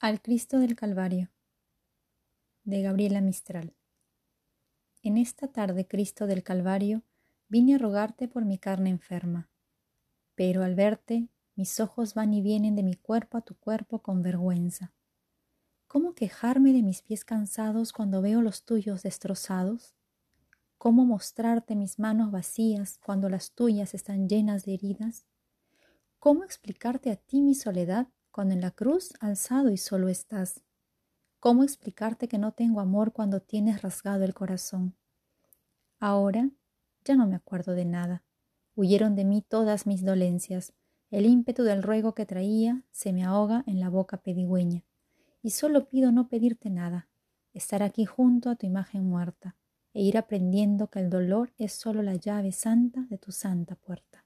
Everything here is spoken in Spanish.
Al Cristo del Calvario, de Gabriela Mistral. En esta tarde, Cristo del Calvario, vine a rogarte por mi carne enferma. Pero al verte, mis ojos van y vienen de mi cuerpo a tu cuerpo con vergüenza. ¿Cómo quejarme de mis pies cansados cuando veo los tuyos destrozados? ¿Cómo mostrarte mis manos vacías cuando las tuyas están llenas de heridas? ¿Cómo explicarte a ti mi soledad cuando en la cruz alzado y solo estás? ¿Cómo explicarte que no tengo amor cuando tienes rasgado el corazón? Ahora ya no me acuerdo de nada. Huyeron de mí todas mis dolencias. El ímpetu del ruego que traía se me ahoga en la boca pedigüeña. Y solo pido no pedirte nada, estar aquí junto a tu imagen muerta, e ir aprendiendo que el dolor es solo la llave santa de tu santa puerta.